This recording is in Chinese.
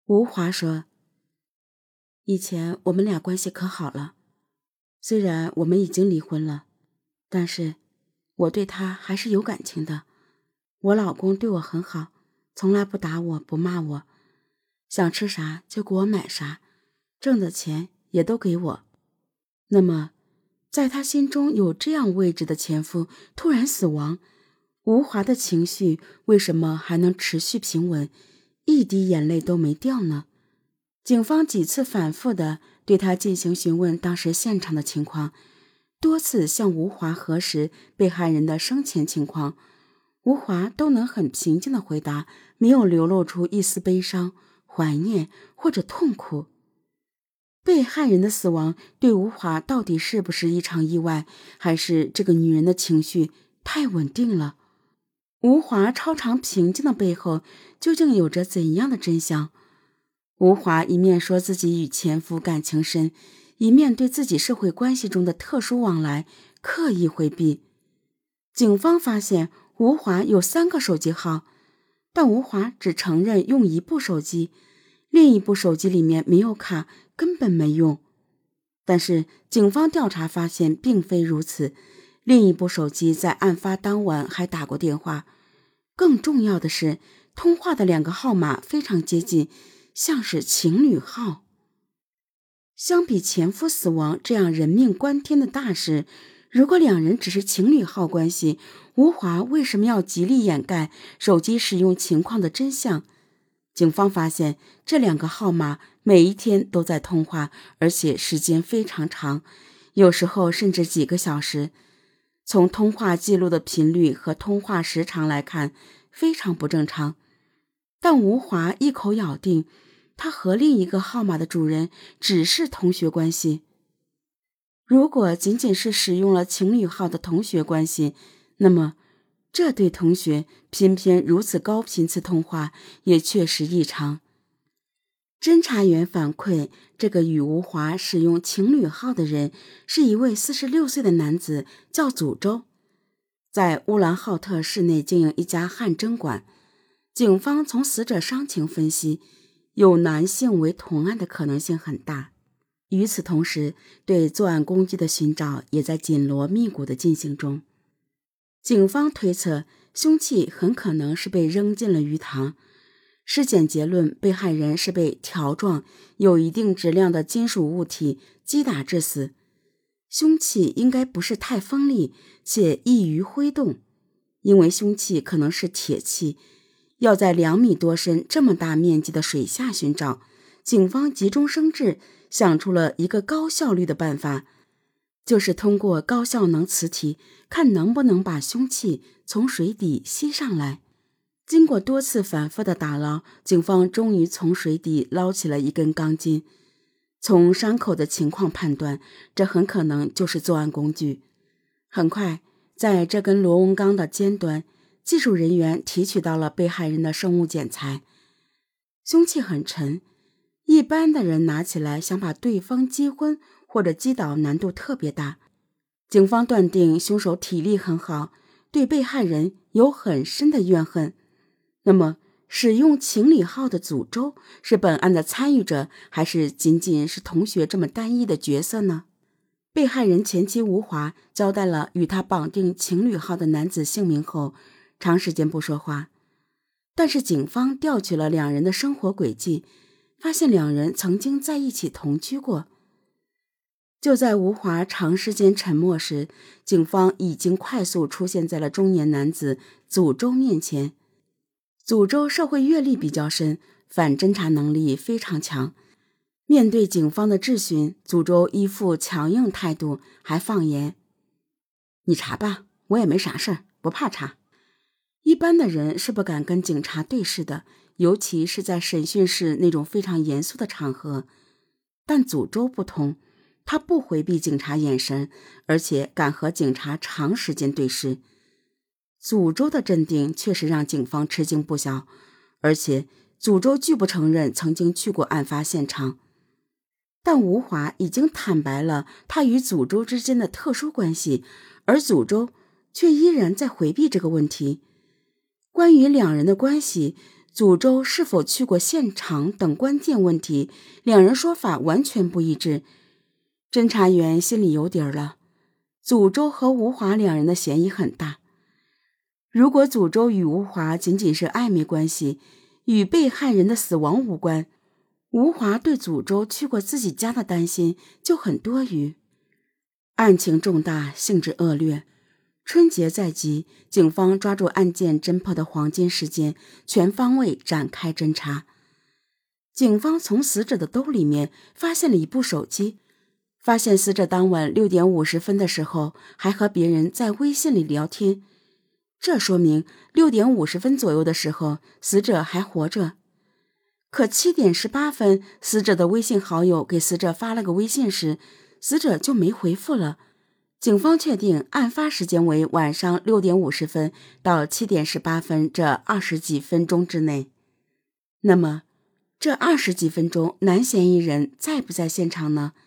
吴华说，以前我们俩关系可好了，虽然我们已经离婚了，但是我对他还是有感情的。我老公对我很好，从来不打我不骂我，想吃啥就给我买啥，挣的钱也都给我。那么在他心中有这样位置的前夫突然死亡，吴华的情绪为什么还能持续平稳，一滴眼泪都没掉呢？警方几次反复地对他进行询问当时现场的情况，多次向吴华核实被害人的生前情况，吴华都能很平静地回答，没有流露出一丝悲伤、怀念或者痛苦。被害人的死亡对吴华到底是不是一场意外，还是这个女人的情绪太稳定了？吴华超常平静的背后究竟有着怎样的真相？吴华一面说自己与前夫感情深，一面对自己社会关系中的特殊往来刻意回避。警方发现吴华有3个手机号，但吴华只承认用一部手机，另一部手机里面没有卡，根本没用。但是警方调查发现并非如此，另一部手机在案发当晚还打过电话。更重要的是，通话的2个号码非常接近，像是情侣号。相比前夫死亡这样人命关天的大事，如果2人只是情侣号关系，吴华为什么要极力掩盖手机使用情况的真相？警方发现这2个号码每一天都在通话，而且时间非常长，有时候甚至几个小时。从通话记录的频率和通话时长来看，非常不正常。但吴华一口咬定，他和另一个号码的主人只是同学关系。如果仅仅是使用了情侣号的同学关系，那么这对同学偏偏如此高频次通话也确实异常。侦查员反馈，这个与吴华使用情侣号的人是一位46岁的男子，叫祖周，在乌兰浩特市内经营一家汗蒸馆。警方从死者伤情分析，有男性为同案的可能性很大。与此同时，对作案工具的寻找也在紧锣密鼓地进行中。警方推测，凶器很可能是被扔进了鱼塘。尸检结论，被害人是被条状、有一定质量的金属物体击打致死。凶器应该不是太锋利，且易于挥动，因为凶器可能是铁器，要在2米多深这么大面积的水下寻找。警方急中生智，想出了一个高效率的办法，就是通过高效能磁体，看能不能把凶器从水底吸上来。经过多次反复的打捞，警方终于从水底捞起了一根钢筋。从伤口的情况判断，这很可能就是作案工具。很快，在这根螺纹钢的尖端，技术人员提取到了被害人的生物检材。凶器很沉，一般的人拿起来想把对方击昏或者击倒难度特别大。警方断定凶手体力很好，对被害人有很深的怨恨。那么使用情侣号的祖周是本案的参与者，还是仅仅是同学这么单一的角色呢？被害人前妻吴华交代了与他绑定情侣号的男子姓名后，长时间不说话。但是警方调取了2人的生活轨迹，发现2人曾经在一起同居过。就在吴华长时间沉默时，警方已经快速出现在了中年男子祖周面前。祖周社会阅历比较深，反侦查能力非常强。面对警方的质询，祖周一副强硬态度，还放言：“你查吧，我也没啥事儿，不怕查。”一般的人是不敢跟警察对视的，尤其是在审讯室那种非常严肃的场合。但祖周不同，他不回避警察眼神，而且敢和警察长时间对视。祖周的镇定确实让警方吃惊不小，而且祖周拒不承认曾经去过案发现场。但吴华已经坦白了他与祖周之间的特殊关系，而祖周却依然在回避这个问题。关于2人的关系， 祖周是否去过现场等关键问题，两人说法完全不一致。侦查员心里有底儿了，祖周和吴华两人的嫌疑很大。如果祖周与吴华仅仅是暧昧关系，与被害人的死亡无关，吴华对祖周去过自己家的担心就很多余。案情重大，性质恶劣，春节在即，警方抓住案件侦破的黄金时间，全方位展开侦查。警方从死者的兜里面发现了一部手机，发现死者当晚6点50分的时候还和别人在微信里聊天，这说明6点50分左右的时候死者还活着。可7点18分，死者的微信好友给死者发了个微信时，死者就没回复了。警方确定案发时间为晚上6点50分到7点18分这20几分钟之内。那么这20几分钟男嫌疑人在不在现场呢？